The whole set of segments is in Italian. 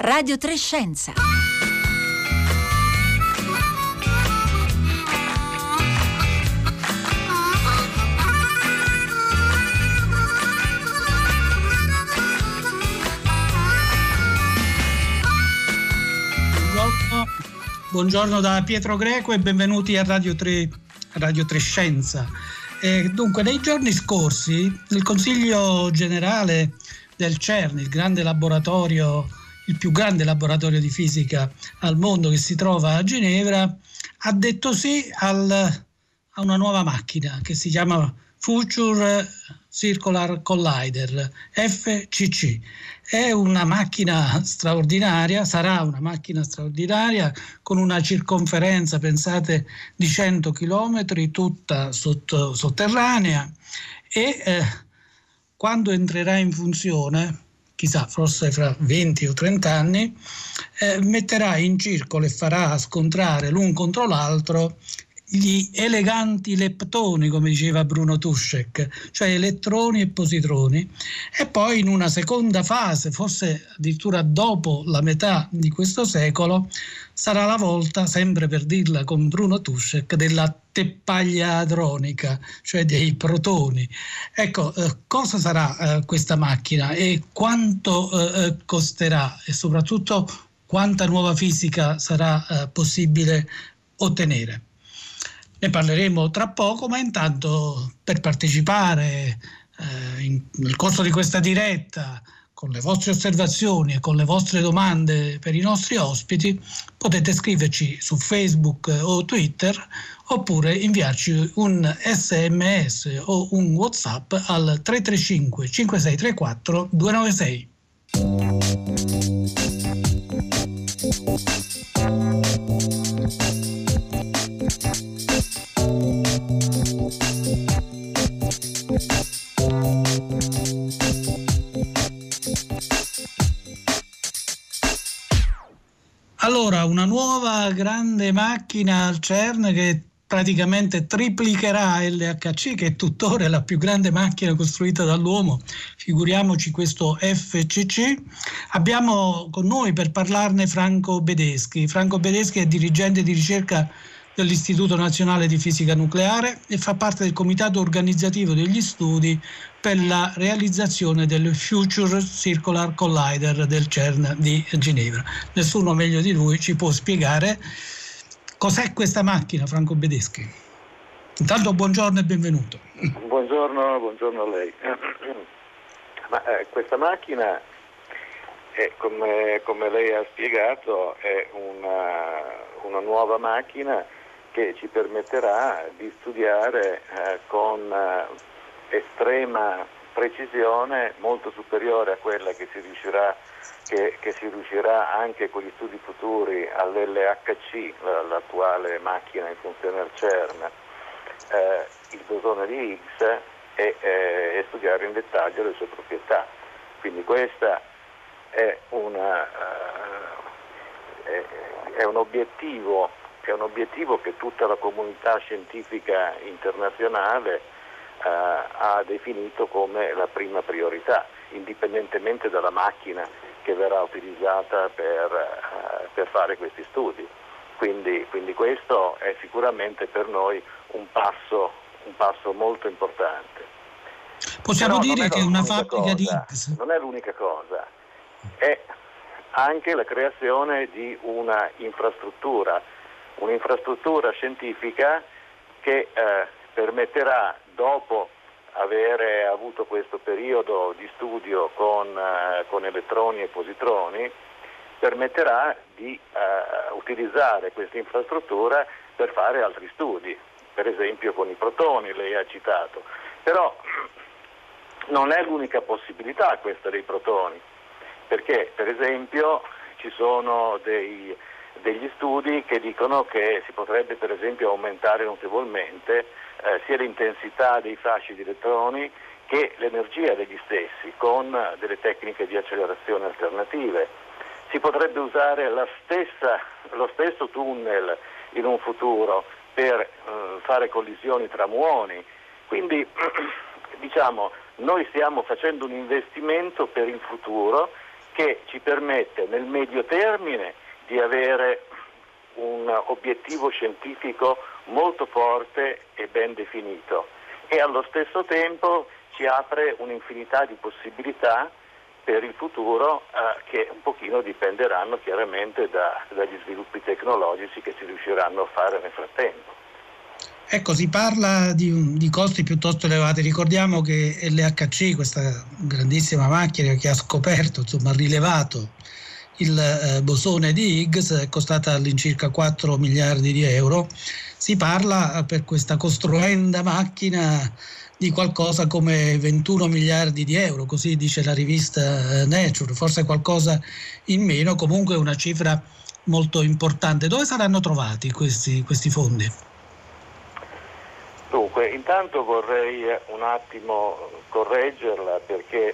Radio 3 Scienza. Buongiorno da Pietro Greco e benvenuti a Radio 3 Scienza. Dunque, nei giorni scorsi il Consiglio Generale del CERN, il più grande laboratorio di fisica al mondo che si trova a Ginevra, ha detto sì a una nuova macchina che si chiama Future Circular Collider, FCC. È una macchina straordinaria, sarà una macchina straordinaria con una circonferenza, pensate, di 100 chilometri, tutta sotterranea, e quando entrerà in funzione, chissà, forse fra 20 o 30 anni, metterà in circolo e farà scontrare l'un contro l'altro gli eleganti leptoni, come diceva Bruno Tuschek, cioè elettroni e positroni, e poi in una seconda fase, forse addirittura dopo la metà di questo secolo, sarà la volta, sempre per dirla con Bruno Tuschek, della teppaglia hadronica, cioè dei protoni. Ecco, cosa sarà questa macchina e quanto costerà, e soprattutto quanta nuova fisica sarà possibile ottenere? Ne parleremo tra poco, ma intanto, per partecipare nel corso di questa diretta con le vostre osservazioni e con le vostre domande per i nostri ospiti, potete scriverci su Facebook o Twitter, oppure inviarci un SMS o un WhatsApp al 335 5634 296. Allora, una nuova grande macchina al CERN che praticamente triplicherà LHC, che è tuttora la più grande macchina costruita dall'uomo, figuriamoci questo FCC. Abbiamo con noi per parlarne Franco Bedeschi. Franco Bedeschi è dirigente di ricerca dell'Istituto Nazionale di Fisica Nucleare e fa parte del comitato organizzativo degli studi per la realizzazione del Future Circular Collider del CERN di Ginevra. Nessuno meglio di lui ci può spiegare cos'è questa macchina, Franco Bedeschi. Intanto buongiorno e benvenuto. Buongiorno a lei. Questa macchina, come lei ha spiegato, è una nuova macchina che ci permetterà di studiare con estrema precisione, molto superiore a quella che si riuscirà anche con gli studi futuri all'LHC, l'attuale macchina in funzione al CERN, il bosone di Higgs, e studiare in dettaglio le sue proprietà. Quindi questa è un obiettivo che tutta la comunità scientifica internazionale ha definito come la prima priorità, indipendentemente dalla macchina che verrà utilizzata per fare questi studi. Quindi questo è sicuramente per noi un passo molto importante. Possiamo dire che è una fabbrica di Higgs. Non è l'unica cosa, è anche la creazione di una infrastruttura scientifica che permetterà, dopo avere avuto questo periodo di studio con elettroni e positroni, permetterà di utilizzare questa infrastruttura per fare altri studi, per esempio con i protoni, lei ha citato. Però non è l'unica possibilità questa dei protoni, perché per esempio ci sono degli studi che dicono che si potrebbe per esempio aumentare notevolmente sia l'intensità dei fasci di elettroni che l'energia degli stessi con delle tecniche di accelerazione alternative. Si potrebbe usare lo stesso tunnel in un futuro per fare collisioni tra muoni. Quindi diciamo, noi stiamo facendo un investimento per il futuro che ci permette nel medio termine di avere un obiettivo scientifico molto forte e ben definito, e allo stesso tempo ci apre un'infinità di possibilità per il futuro che un pochino dipenderanno chiaramente dagli sviluppi tecnologici che si riusciranno a fare nel frattempo. Ecco, si parla di costi piuttosto elevati. Ricordiamo che LHC, questa grandissima macchina che ha scoperto, insomma, ha rilevato il bosone di Higgs, è costata all'incirca 4 miliardi di euro. Si parla per questa costruenda macchina di qualcosa come 21 miliardi di euro, così dice la rivista Nature, forse qualcosa in meno, comunque una cifra molto importante. Dove saranno trovati questi fondi? Dunque, intanto vorrei un attimo correggerla perché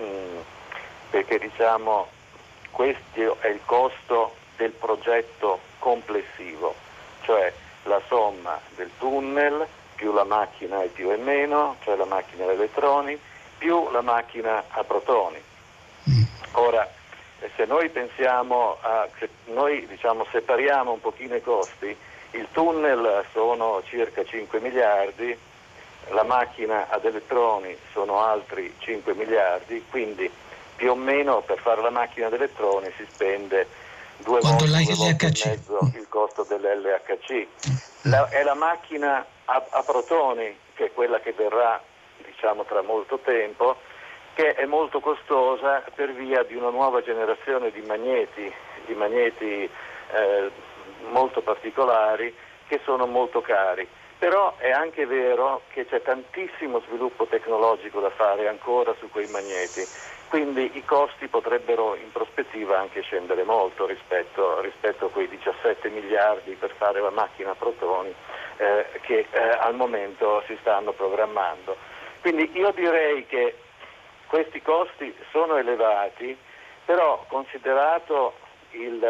diciamo questo è il costo del progetto complessivo, cioè la somma del tunnel più la macchina E più E-, cioè la macchina ad elettroni, più la macchina a protoni. Ora, se noi pensiamo separiamo un pochino i costi, il tunnel sono circa 5 miliardi, la macchina ad elettroni sono altri 5 miliardi, quindi più o meno per fare la macchina ad elettroni si spende due volte e mezzo il costo dell'LHC. È la macchina a protoni, che è quella che verrà tra molto tempo, che è molto costosa per via di una nuova generazione di magneti molto particolari che sono molto cari. Però è anche vero che c'è tantissimo sviluppo tecnologico da fare ancora su quei magneti, quindi i costi potrebbero in prospettiva anche scendere molto rispetto a quei 17 miliardi per fare la macchina a protoni che al momento si stanno programmando. Quindi io direi che questi costi sono elevati, però considerato il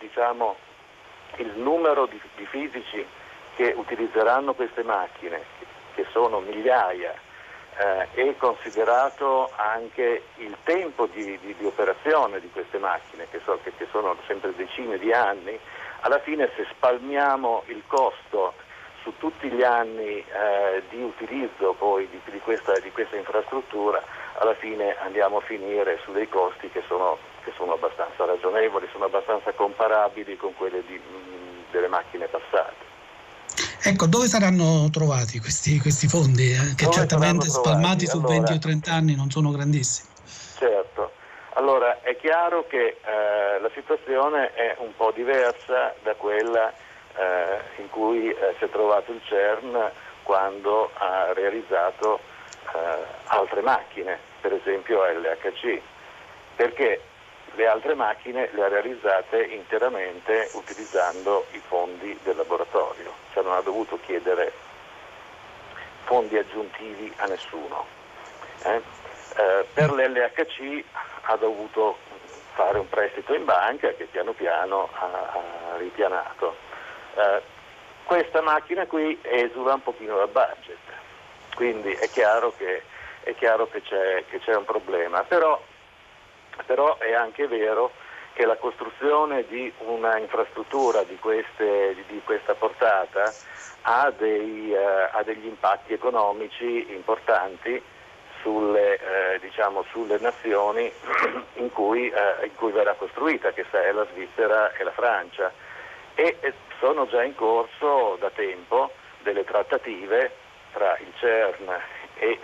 numero di fisici che utilizzeranno queste macchine, che sono migliaia, e considerato anche il tempo di operazione di queste macchine, che sono sempre decine di anni, alla fine se spalmiamo il costo su tutti gli anni di utilizzo poi di questa infrastruttura, alla fine andiamo a finire su dei costi che sono abbastanza ragionevoli, sono abbastanza comparabili con quelli delle macchine passate. Ecco, dove saranno trovati questi fondi? Che certamente spalmati su 20 o 30 anni non sono grandissimi. Certo, allora è chiaro che la situazione è un po' diversa da quella in cui si è trovato il CERN quando ha realizzato altre macchine, per esempio LHC, perché le altre macchine le ha realizzate interamente utilizzando i fondi del laboratorio, cioè non ha dovuto chiedere fondi aggiuntivi a nessuno. Per l'LHC ha dovuto fare un prestito in banca che piano piano ha ripianato. Questa macchina qui esula un pochino dal budget, quindi è chiaro che c'è un problema, però è anche vero che la costruzione di una infrastruttura di questa portata ha degli impatti economici importanti sulle nazioni in cui verrà costruita, che è la Svizzera e la Francia, e sono già in corso da tempo delle trattative tra il CERN e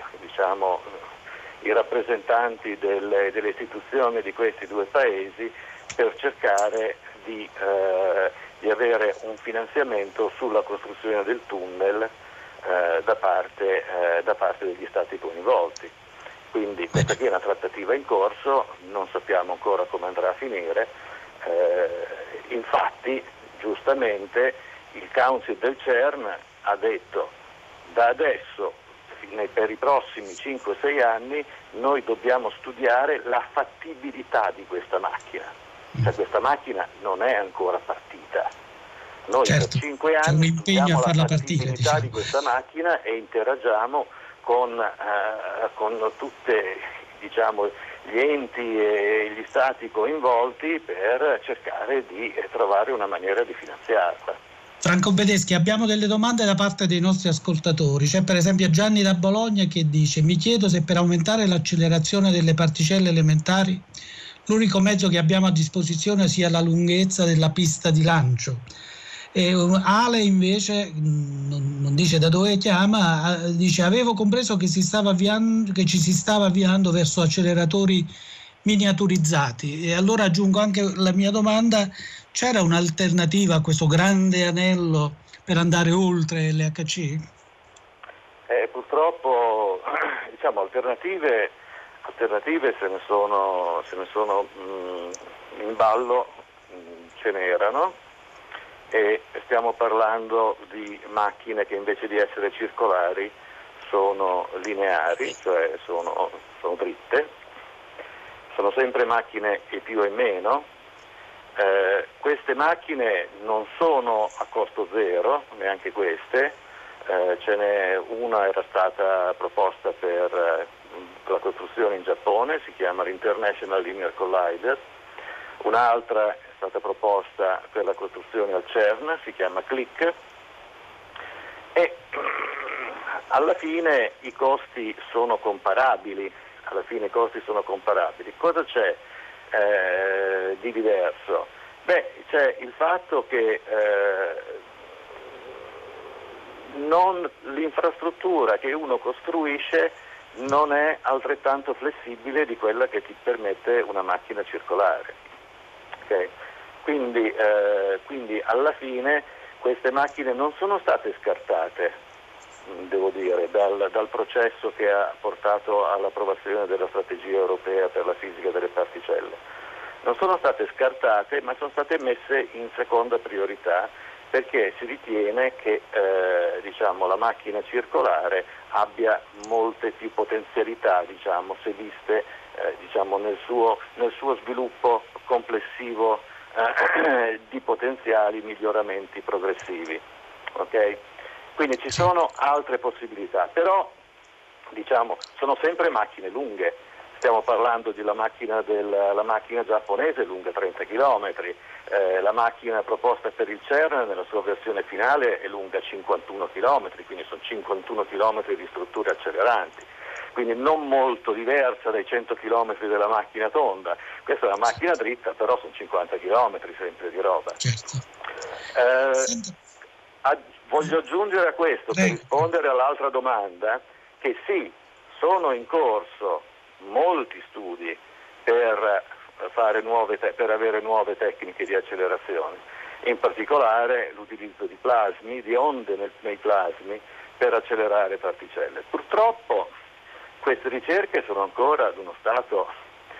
i rappresentanti delle istituzioni di questi due paesi per cercare di avere un finanziamento sulla costruzione del tunnel da parte degli stati coinvolti. Quindi questa qui è una trattativa in corso, non sappiamo ancora come andrà a finire. Infatti, giustamente, il Council del CERN ha detto: da adesso per i prossimi 5-6 anni noi dobbiamo studiare la fattibilità di questa macchina, cioè questa macchina non è ancora partita. Noi per 5 anni studiamo la fattibilità di questa macchina e interagiamo con tutte gli enti e gli stati coinvolti per cercare di trovare una maniera di finanziarla. Franco Bedeschi, abbiamo delle domande da parte dei nostri ascoltatori. C'è per esempio Gianni da Bologna che dice: mi chiedo se per aumentare l'accelerazione delle particelle elementari l'unico mezzo che abbiamo a disposizione sia la lunghezza della pista di lancio. Ale invece non dice da dove chiama, dice: avevo compreso che ci si stava avviando verso acceleratori miniaturizzati, e allora aggiungo anche la mia domanda: c'era un'alternativa a questo grande anello per andare oltre l'HC? Purtroppo diciamo alternative se ne sono in ballo, ce n'erano, e stiamo parlando di macchine che invece di essere circolari sono lineari, cioè sono dritte. Sono sempre macchine E più e meno. Queste macchine non sono a costo zero, neanche queste. Ce n'è una, era stata proposta per la costruzione in Giappone, si chiama l'International Linear Collider. Un'altra è stata proposta per la costruzione al CERN, si chiama CLIC. E alla fine i costi sono comparabili. Cosa c'è di diverso? C'è il fatto che l'infrastruttura che uno costruisce non è altrettanto flessibile di quella che ti permette una macchina circolare. Okay? Quindi alla fine queste macchine non sono state scartate, devo dire, dal processo che ha portato all'approvazione della strategia europea per la fisica delle particelle. Non sono state scartate, ma sono state messe in seconda priorità, perché si ritiene che la macchina circolare abbia molte più potenzialità, se viste nel suo sviluppo complessivo di potenziali miglioramenti progressivi. Okay? Quindi ci sono altre possibilità, però sono sempre macchine lunghe. Stiamo parlando della macchina giapponese lunga 30 km, la macchina proposta per il CERN nella sua versione finale è lunga 51 km, quindi sono 51 km di strutture acceleranti, quindi non molto diversa dai 100 km della macchina tonda. Questa è una macchina dritta, però sono 50 km sempre di roba. Certo. Voglio aggiungere a questo, per rispondere all'altra domanda, che sì, sono in corso molti studi per avere nuove tecniche di accelerazione, in particolare l'utilizzo di plasmi, di onde nei plasmi per accelerare particelle. Purtroppo queste ricerche sono ancora ad uno stato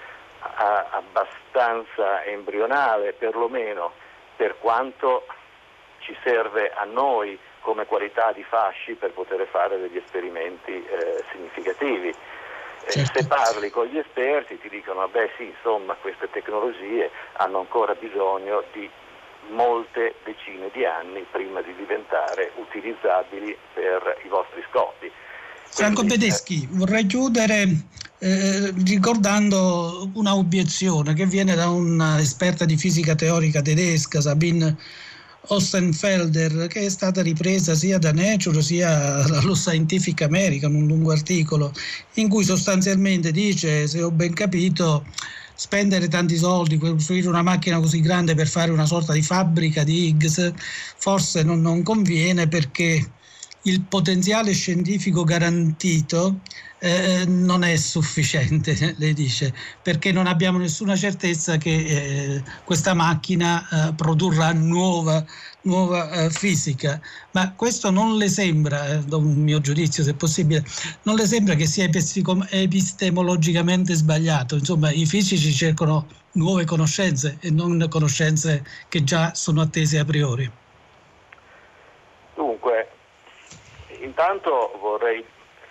abbastanza embrionale, perlomeno per quanto ci serve a noi come qualità di fasci per poter fare degli esperimenti significativi. Certo. Se parli con gli esperti ti dicono queste tecnologie hanno ancora bisogno di molte decine di anni prima di diventare utilizzabili per i vostri scopi. Franco Bedeschi, vorrei chiudere ricordando una obiezione che viene da un'esperta di fisica teorica tedesca, Sabine Ostenfelder, che è stata ripresa sia da Nature sia dallo Scientific American, un lungo articolo in cui sostanzialmente dice, se ho ben capito, spendere tanti soldi per costruire una macchina così grande per fare una sorta di fabbrica di Higgs forse non conviene, perché il potenziale scientifico garantito non è sufficiente, lei dice, perché non abbiamo nessuna certezza che questa macchina produrrà nuova fisica. Ma questo non le sembra, da un mio giudizio se possibile, non le sembra che sia epistemologicamente sbagliato? Insomma, i fisici cercano nuove conoscenze e non conoscenze che già sono attese a priori. Dunque, intanto vorrei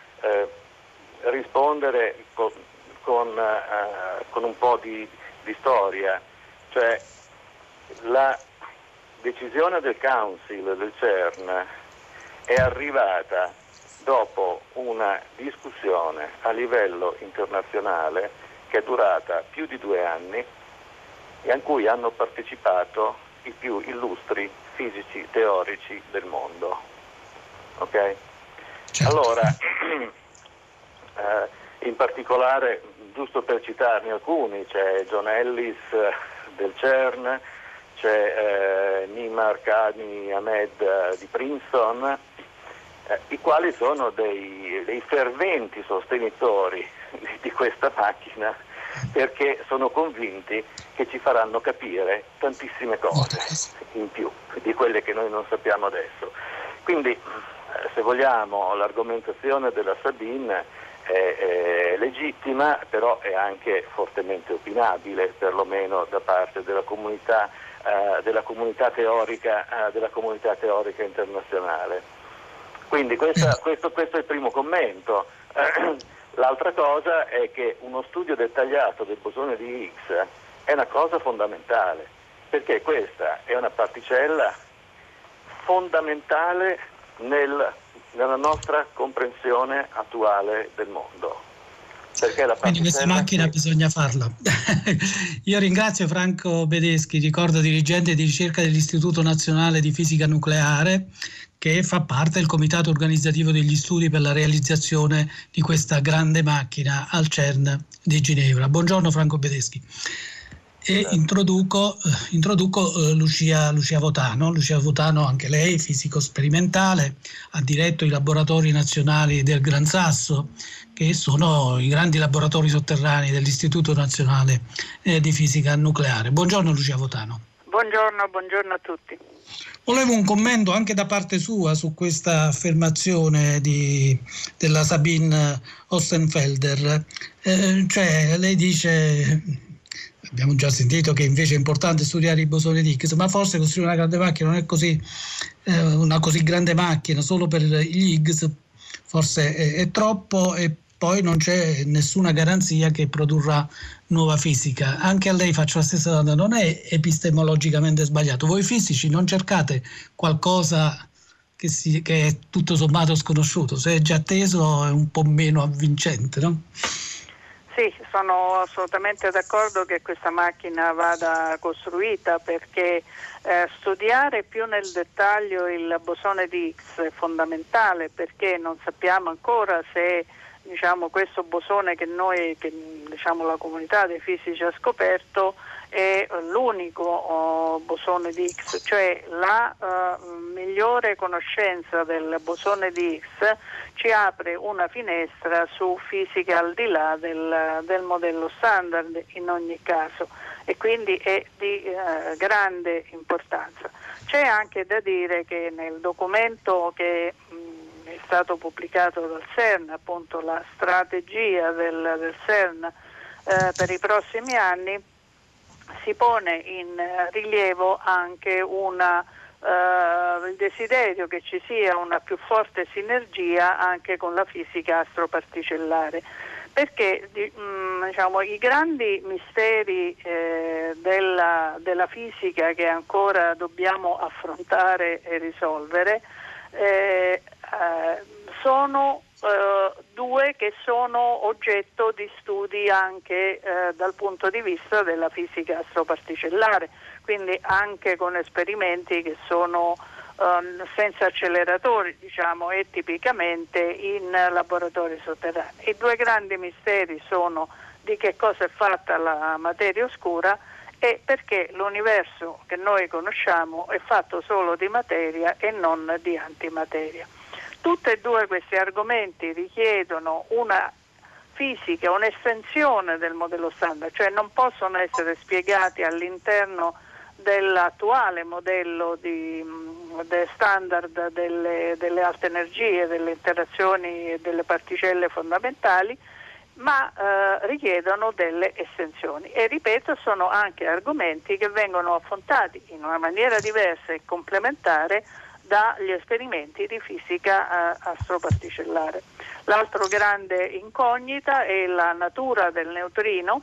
rispondere con un po' di storia, cioè la decisione del Council del CERN è arrivata dopo una discussione a livello internazionale che è durata più di 2 anni e a cui hanno partecipato i più illustri fisici teorici del mondo. Ok? Certo. Allora, in particolare, giusto per citarne alcuni, c'è John Ellis del CERN, c'è Nimar Kani Ahmed di Princeton, i quali sono dei ferventi sostenitori di questa macchina, perché sono convinti che ci faranno capire tantissime cose in più di quelle che noi non sappiamo adesso. Quindi, se vogliamo, l'argomentazione della Sabine è legittima, però è anche fortemente opinabile, perlomeno da parte della comunità teorica internazionale. Quindi questo è il primo commento. L'altra cosa è che uno studio dettagliato del bosone di Higgs è una cosa fondamentale, perché questa è una particella fondamentale nella nostra comprensione attuale del mondo. Quindi questa macchina bisogna farla. Io ringrazio Franco Bedeschi, ricordo dirigente di ricerca dell'Istituto Nazionale di Fisica Nucleare, che fa parte del comitato organizzativo degli studi per la realizzazione di questa grande macchina al CERN di Ginevra. Buongiorno Franco Bedeschi. E introduco Lucia Votano. Lucia Votano, anche lei fisico sperimentale, ha diretto i laboratori nazionali del Gran Sasso, che sono i grandi laboratori sotterranei dell'Istituto Nazionale di Fisica Nucleare. Buongiorno Lucia Votano. Buongiorno a tutti. Volevo un commento anche da parte sua su questa affermazione della Sabine Ostenfelder. Cioè lei dice, abbiamo già sentito che invece è importante studiare i bosoni di Higgs, ma forse costruire una grande macchina non è così una così grande macchina solo per gli Higgs, forse è troppo, e poi non c'è nessuna garanzia che produrrà nuova fisica. Anche a lei faccio la stessa domanda: non è epistemologicamente sbagliato? Voi fisici non cercate qualcosa che è tutto sommato sconosciuto? Se è già atteso è un po' meno avvincente, no? Sì, sono assolutamente d'accordo che questa macchina vada costruita, perché studiare più nel dettaglio il bosone di Higgs è fondamentale, perché non sappiamo ancora se questo bosone che la comunità dei fisici ha scoperto è l'unico bosone di Higgs, cioè la migliore conoscenza del bosone di Higgs ci apre una finestra su fisica al di là del modello standard in ogni caso, e quindi è di grande importanza. C'è anche da dire che nel documento che è stato pubblicato dal CERN, appunto la strategia del CERN per i prossimi anni, si pone in rilievo anche il desiderio che ci sia una più forte sinergia anche con la fisica astroparticellare, perché i grandi misteri della fisica che ancora dobbiamo affrontare e risolvere sono due che sono oggetto di studi anche dal punto di vista della fisica astroparticellare, quindi anche con esperimenti che sono senza acceleratori, e tipicamente in laboratori sotterranei. I due grandi misteri sono di che cosa è fatta la materia oscura e perché l'universo che noi conosciamo è fatto solo di materia e non di antimateria. Tutti e due questi argomenti richiedono una fisica, un'estensione del modello standard, cioè non possono essere spiegati all'interno dell'attuale modello standard delle alte energie, delle interazioni e delle particelle fondamentali, ma richiedono delle estensioni. E ripeto, sono anche argomenti che vengono affrontati in una maniera diversa e complementare dagli esperimenti di fisica astroparticellare. L'altro grande incognita è la natura del neutrino,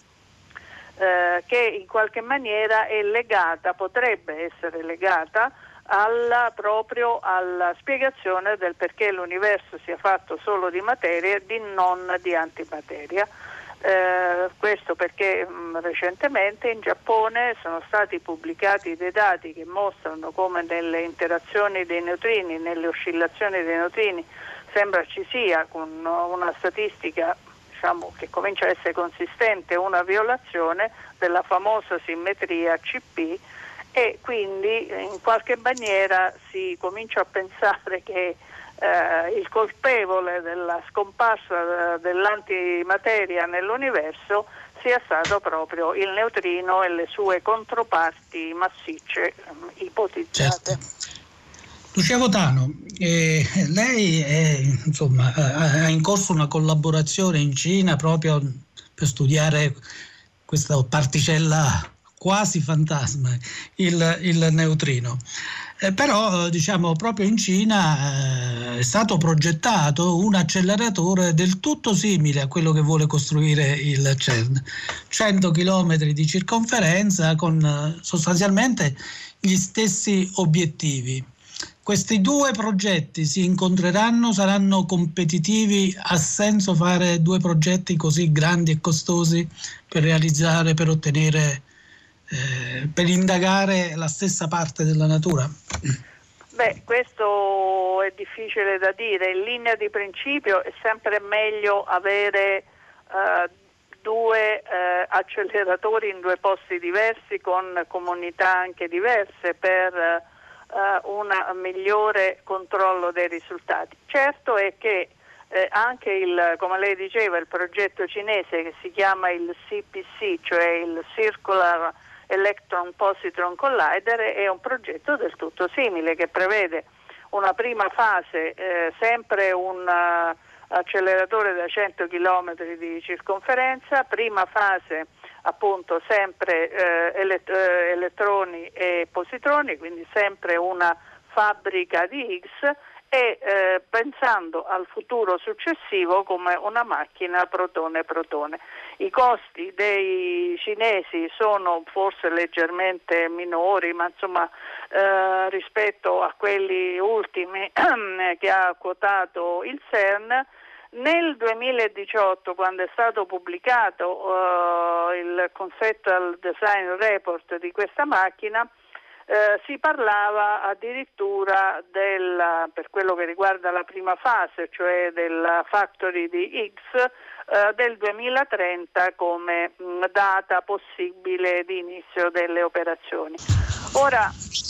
che in qualche maniera è legata, potrebbe essere legata proprio alla spiegazione del perché l'universo sia fatto solo di materia e non di antimateria. Questo perché recentemente in Giappone sono stati pubblicati dei dati che mostrano come nelle interazioni dei neutrini, nelle oscillazioni dei neutrini, sembra ci sia con una statistica, diciamo, che comincia a essere consistente, una violazione della famosa simmetria CP, e quindi in qualche maniera si comincia a pensare che il colpevole della scomparsa dell'antimateria nell'universo sia stato proprio il neutrino e le sue controparti massicce ipotizzate. Certo. Lucia Votano, lei ha in corso una collaborazione in Cina proprio per studiare questa particella quasi fantasma, il neutrino. Però diciamo proprio in Cina è stato progettato un acceleratore del tutto simile a quello che vuole costruire il CERN, 100 km di circonferenza con sostanzialmente gli stessi obiettivi. Questi due progetti si incontreranno, saranno competitivi? Ha senso fare due progetti così grandi e costosi per realizzare, per ottenere, per indagare la stessa parte della natura? Beh, questo è difficile da dire. In linea di principio è sempre meglio avere due acceleratori in due posti diversi con comunità anche diverse per un migliore controllo dei risultati. Certo è che anche come lei diceva, il progetto cinese che si chiama il CPC, cioè il Circular Electron Positron Collider, è un progetto del tutto simile che prevede una prima fase, sempre un acceleratore da 100 km di circonferenza, prima fase appunto sempre elettroni e positroni, quindi sempre una fabbrica di Higgs, e pensando al futuro successivo come una macchina protone-protone. I costi dei cinesi sono forse leggermente minori, ma insomma rispetto a quelli ultimi che ha quotato il CERN. Nel 2018, quando è stato pubblicato il Conceptual Design Report di questa macchina, si parlava addirittura per quello che riguarda la prima fase, cioè della Factory di Higgs, del 2030 come data possibile di inizio delle operazioni. Ora,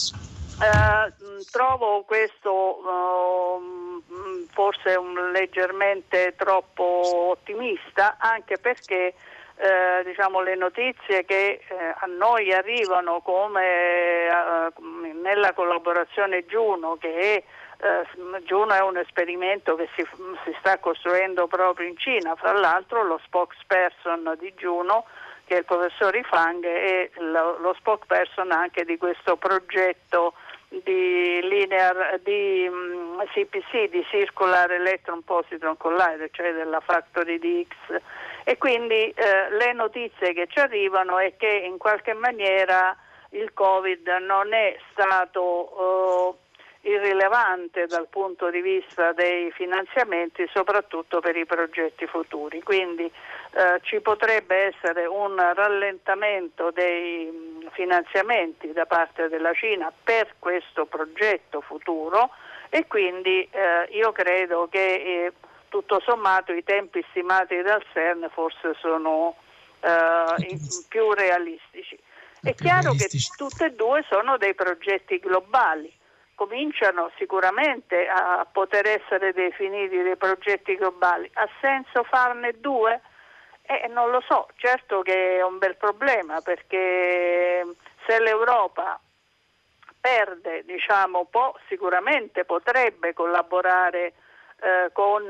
trovo questo forse leggermente troppo ottimista, anche perché le notizie che a noi arrivano come nella collaborazione Juno, che Juno è un esperimento che si sta costruendo proprio in Cina. Fra l'altro lo spokesperson di Juno, che è il professor Yifang, è lo spokesperson anche di questo progetto di CPC, di Circular Electron Positron Collider, cioè della Factory di Higgs. E quindi le notizie che ci arrivano è che in qualche maniera il Covid non è stato irrilevante dal punto di vista dei finanziamenti, soprattutto per i progetti futuri. Quindi ci potrebbe essere un rallentamento dei finanziamenti da parte della Cina per questo progetto futuro, e quindi io credo che tutto sommato i tempi stimati dal CERN forse sono più realistici. È chiaro che tutte e due sono dei progetti globali, cominciano sicuramente a poter essere definiti dei progetti globali. Ha senso farne due? Non lo so, certo che è un bel problema, perché se l'Europa perde, sicuramente potrebbe collaborare con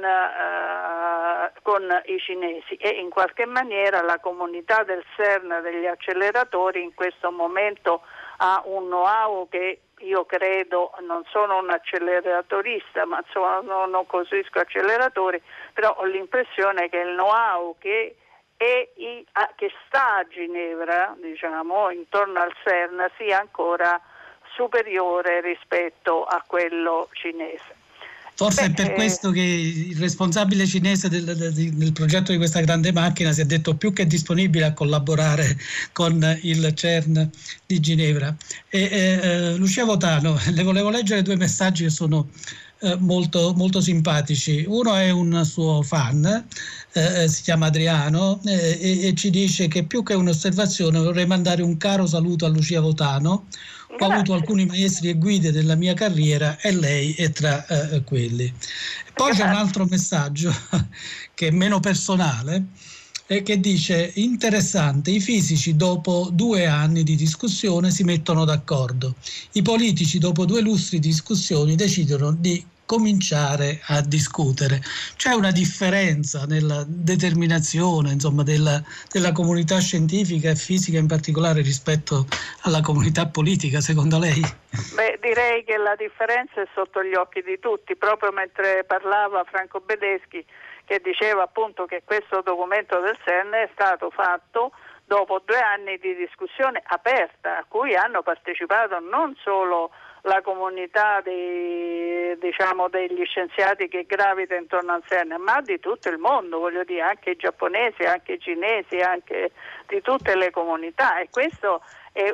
i cinesi, e in qualche maniera la comunità del CERN, degli acceleratori, in questo momento ha un know-how che io credo, non sono un acceleratorista, ma insomma non costruisco acceleratori, però ho l'impressione che il know-how che sta a Ginevra, intorno al CERN, sia ancora superiore rispetto a quello cinese. Forse è per questo che il responsabile cinese del progetto di questa grande macchina si è detto più che disponibile a collaborare con il CERN di Ginevra. Lucia Votano, le volevo leggere 2 messaggi che sono molto, molto simpatici. Uno è un suo fan, si chiama Adriano, e ci dice che più che un'osservazione vorrei mandare un caro saluto a Lucia Votano. Ho avuto alcuni maestri e guide della mia carriera e lei è tra quelli. Poi c'è un altro messaggio che è meno personale e che dice: interessante, i fisici dopo 2 anni di discussione si mettono d'accordo, i politici dopo 2 lustri di discussioni decidono di cominciare a discutere. C'è una differenza nella determinazione, insomma, della comunità scientifica e fisica in particolare rispetto alla comunità politica, secondo lei? Beh, direi che la differenza è sotto gli occhi di tutti. Proprio mentre parlava Franco Bedeschi, che diceva appunto che questo documento del CERN è stato fatto dopo 2 anni di discussione aperta, a cui hanno partecipato non solo la comunità degli scienziati che gravita intorno al CERN, ma di tutto il mondo, voglio dire, anche i giapponesi, anche i cinesi, anche di tutte le comunità, e questo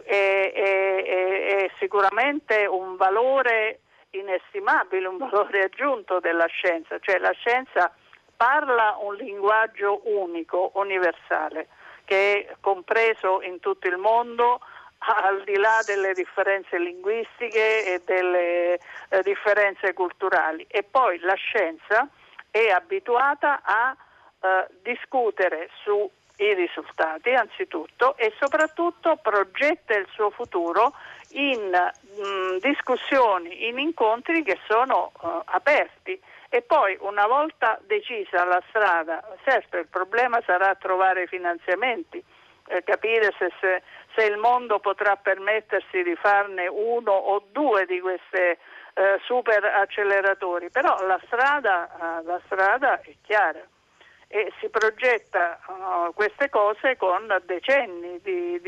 è sicuramente un valore inestimabile, un valore aggiunto della scienza, cioè la scienza parla un linguaggio unico, universale, che è compreso in tutto il mondo, al di là delle differenze linguistiche e delle differenze culturali. E poi la scienza è abituata a discutere sui risultati anzitutto, e soprattutto progetta il suo futuro in discussioni, in incontri che sono aperti. E poi, una volta decisa la strada, certo il problema sarà trovare finanziamenti, capire se il mondo potrà permettersi di farne 1 o 2 di queste super acceleratori, però la strada è chiara e si progetta queste cose con decenni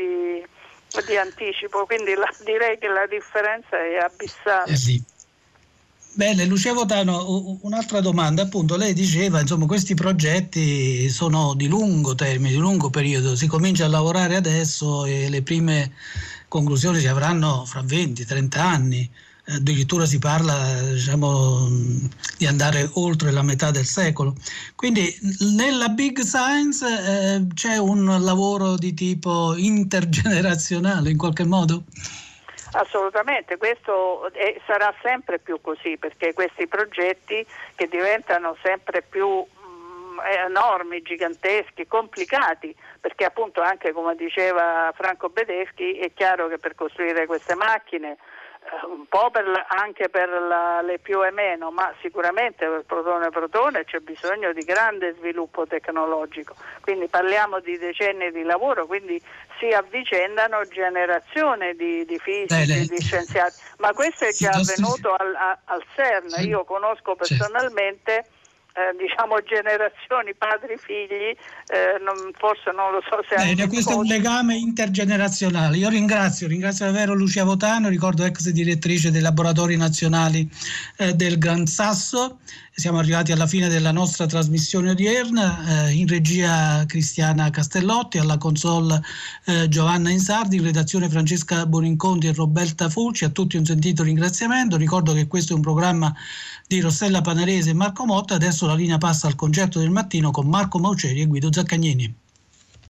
di anticipo, quindi direi che la differenza è abissale. Sì. Bene, Lucia Votano, un'altra domanda, appunto, lei diceva, insomma, questi progetti sono di lungo termine, di lungo periodo, si comincia a lavorare adesso e le prime conclusioni si avranno fra 20-30 anni, addirittura si parla, diciamo, di andare oltre la metà del secolo. Quindi nella Big Science c'è un lavoro di tipo intergenerazionale in qualche modo? Assolutamente, questo sarà sempre più così, perché questi progetti che diventano sempre più enormi, giganteschi, complicati, perché appunto anche come diceva Franco Bedeschi è chiaro che per costruire queste macchine un po' anche per le più e meno, ma sicuramente per protone c'è bisogno di grande sviluppo tecnologico, quindi parliamo di decenni di lavoro, quindi si avvicendano generazioni di fisici, di scienziati, ma questo è già avvenuto al CERN. Io conosco personalmente generazioni, padri, figli, forse non lo so se anche questo è un legame intergenerazionale. Io ringrazio davvero Lucia Votano, ricordo ex direttrice dei laboratori nazionali del Gran Sasso. Siamo arrivati alla fine della nostra trasmissione odierna, in regia Cristiana Castellotti, alla console Giovanna Insardi, in redazione Francesca Boninconti e Roberta Fulci. A tutti un sentito ringraziamento. Ricordo che questo è un programma di Rossella Panarese e Marco Motta. Adesso la linea passa al concerto del mattino con Marco Mauceri e Guido Zaccagnini.